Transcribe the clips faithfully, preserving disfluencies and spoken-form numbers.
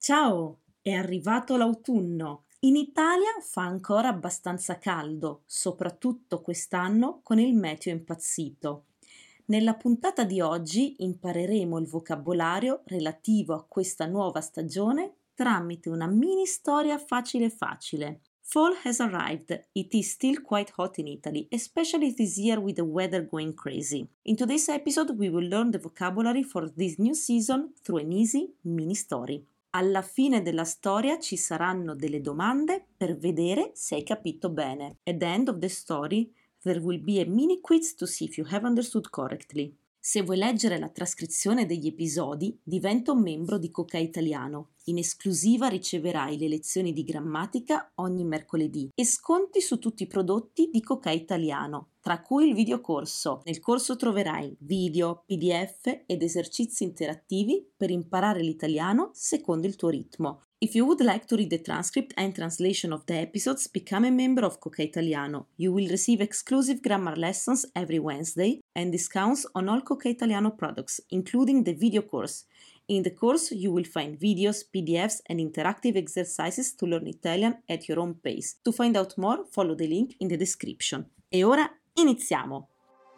Ciao, è arrivato l'autunno. In Italia fa ancora abbastanza caldo, soprattutto quest'anno con il meteo impazzito. Nella puntata di oggi impareremo il vocabolario relativo a questa nuova stagione tramite una mini storia facile facile. Fall has arrived. It is still quite hot in Italy, especially this year with the weather going crazy. In today's episode we will learn the vocabulary for this new season through an easy mini story. Alla fine della storia ci saranno delle domande per vedere se hai capito bene. At the end of the story, there will be a mini quiz to see if you have understood correctly. Se vuoi leggere la trascrizione degli episodi, diventa un membro di Coca Italiano. In esclusiva riceverai le lezioni di grammatica ogni mercoledì e sconti su tutti i prodotti di Coca Italiano, tra cui il videocorso. Nel corso troverai video, P D F ed esercizi interattivi per imparare l'italiano secondo il tuo ritmo. If you would like to read the transcript and translation of the episodes, become a member of Coca Italiano. You will receive exclusive grammar lessons every Wednesday and discounts on all Coca Italiano products, including the video course. In the course, you will find videos, P D Fs, and interactive exercises to learn Italian at your own pace. To find out more, follow the link in the description. E ora iniziamo!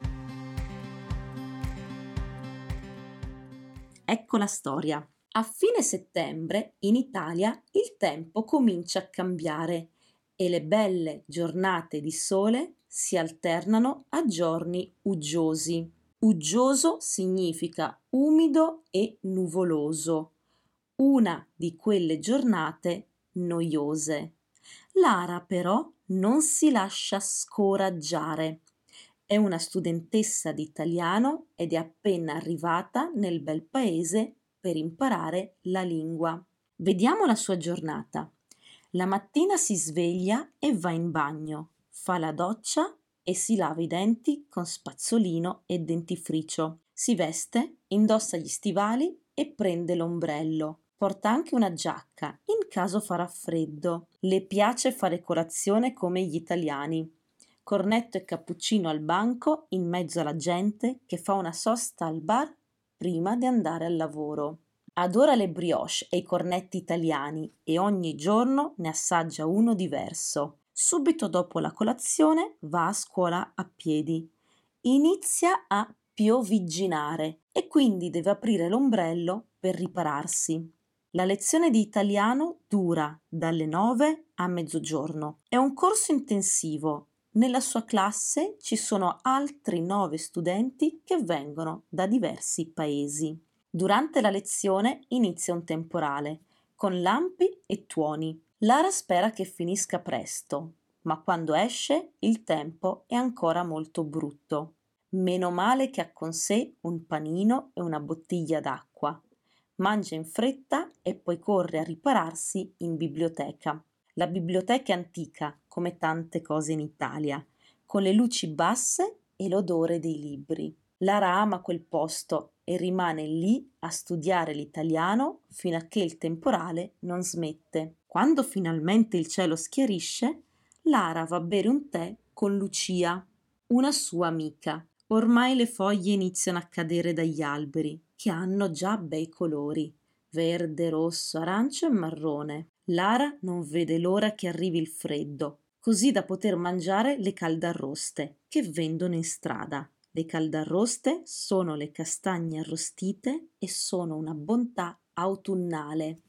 Ecco la storia. A fine settembre in Italia il tempo comincia a cambiare e le belle giornate di sole si alternano a giorni uggiosi. Uggioso significa umido e nuvoloso, una di quelle giornate noiose. Lara però non si lascia scoraggiare. È una studentessa di italiano ed è appena arrivata nel bel paese per imparare la lingua. Vediamo la sua giornata. La mattina si sveglia e va in bagno, fa la doccia e si lava i denti con spazzolino e dentifricio. Si veste, indossa gli stivali e prende l'ombrello. Porta anche una giacca, in caso farà freddo. Le piace fare colazione come gli italiani. Cornetto e cappuccino al banco in mezzo alla gente che fa una sosta al bar prima di andare al lavoro. Adora le brioche e i cornetti italiani e ogni giorno ne assaggia uno diverso. Subito dopo la colazione va a scuola a piedi. Inizia a piovigginare e quindi deve aprire l'ombrello per ripararsi. La lezione di italiano dura dalle nove a mezzogiorno. È un corso intensivo. Nella sua classe ci sono altri nove studenti che vengono da diversi paesi. Durante la lezione inizia un temporale, con lampi e tuoni. Lara spera che finisca presto, ma quando esce il tempo è ancora molto brutto. Meno male che ha con sé un panino e una bottiglia d'acqua. Mangia in fretta e poi corre a ripararsi in biblioteca. La biblioteca è antica, come tante cose in Italia, con le luci basse e l'odore dei libri. Lara ama quel posto e rimane lì a studiare l'italiano fino a che il temporale non smette. Quando finalmente il cielo schiarisce, Lara va a bere un tè con Lucia, una sua amica. Ormai le foglie iniziano a cadere dagli alberi, che hanno già bei colori, verde, rosso, arancio e marrone. Lara non vede l'ora che arrivi il freddo, così da poter mangiare le caldarroste che vendono in strada. Le caldarroste sono le castagne arrostite e sono una bontà autunnale.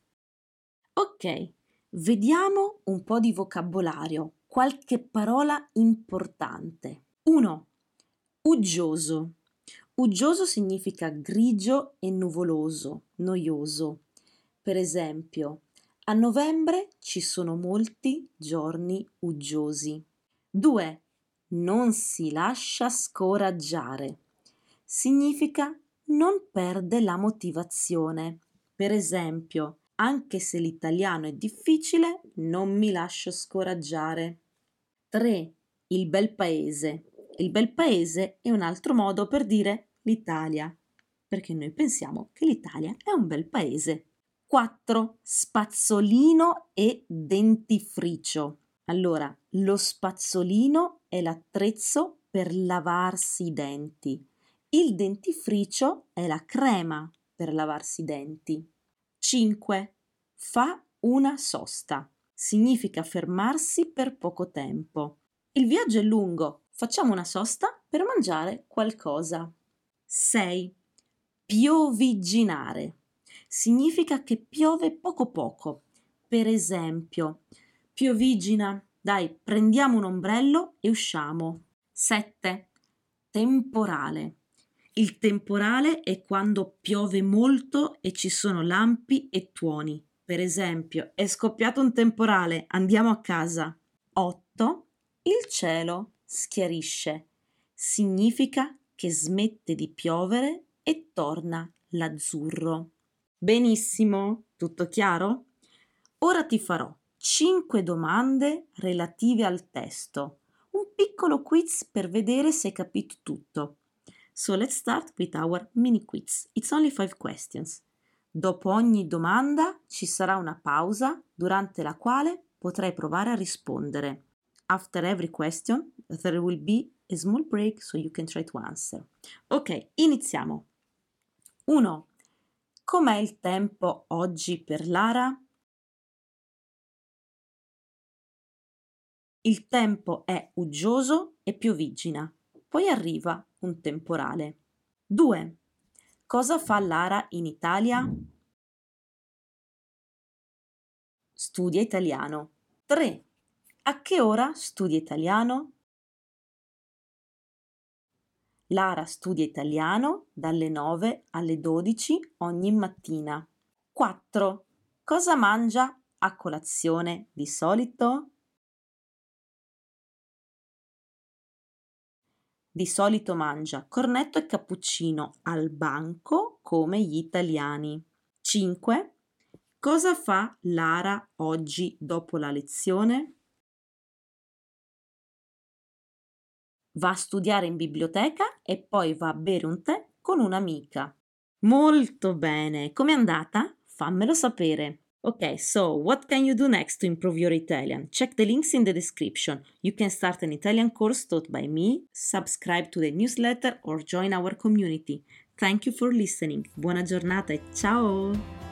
Ok, vediamo un po' di vocabolario, qualche parola importante. uno. Uggioso. Uggioso significa grigio e nuvoloso, noioso. Per esempio, a novembre ci sono molti giorni uggiosi. due. Non si lascia scoraggiare. Significa non perde la motivazione. Per esempio, anche se l'italiano è difficile, non mi lascio scoraggiare. tre. Il bel paese. Il bel paese è un altro modo per dire l'Italia, perché noi pensiamo che l'Italia è un bel paese. quattro. Spazzolino e dentifricio. Allora, lo spazzolino è l'attrezzo per lavarsi i denti. Il dentifricio è la crema per lavarsi i denti. cinque. Fa una sosta. Significa fermarsi per poco tempo. Il viaggio è lungo. Facciamo una sosta per mangiare qualcosa. sei. Piovigginare. Significa che piove poco poco. Per esempio, piovigina, dai, prendiamo un ombrello e usciamo. sette. Temporale. Il temporale è quando piove molto e ci sono lampi e tuoni. Per esempio, è scoppiato un temporale, andiamo a casa. otto. Il cielo schiarisce. Significa che smette di piovere e torna l'azzurro. Benissimo, tutto chiaro? Ora ti farò cinque domande relative al testo. Un piccolo quiz per vedere se hai capito tutto. So let's start with our mini quiz. It's only five questions. Dopo ogni domanda ci sarà una pausa durante la quale potrai provare a rispondere. After every question there will be a small break so you can try to answer. Ok, iniziamo. uno. Com'è il tempo oggi per Lara? Il tempo è uggioso e piovigina. Poi arriva un temporale. due. Cosa fa Lara in Italia? Studia italiano. tre. A che ora studia italiano? Lara studia italiano dalle nove alle dodici ogni mattina. quattro. Cosa mangia a colazione di solito? Di solito mangia cornetto e cappuccino al banco come gli italiani. cinque. Cosa fa Lara oggi dopo la lezione? Va a studiare in biblioteca e poi va a bere un tè con un'amica. Molto bene, com'è andata? Fammelo sapere. Okay, so what can you do next to improve your Italian? Check the links in the description. You can start an Italian course taught by me, subscribe to the newsletter or join our community. Thank you for listening. Buona giornata e ciao!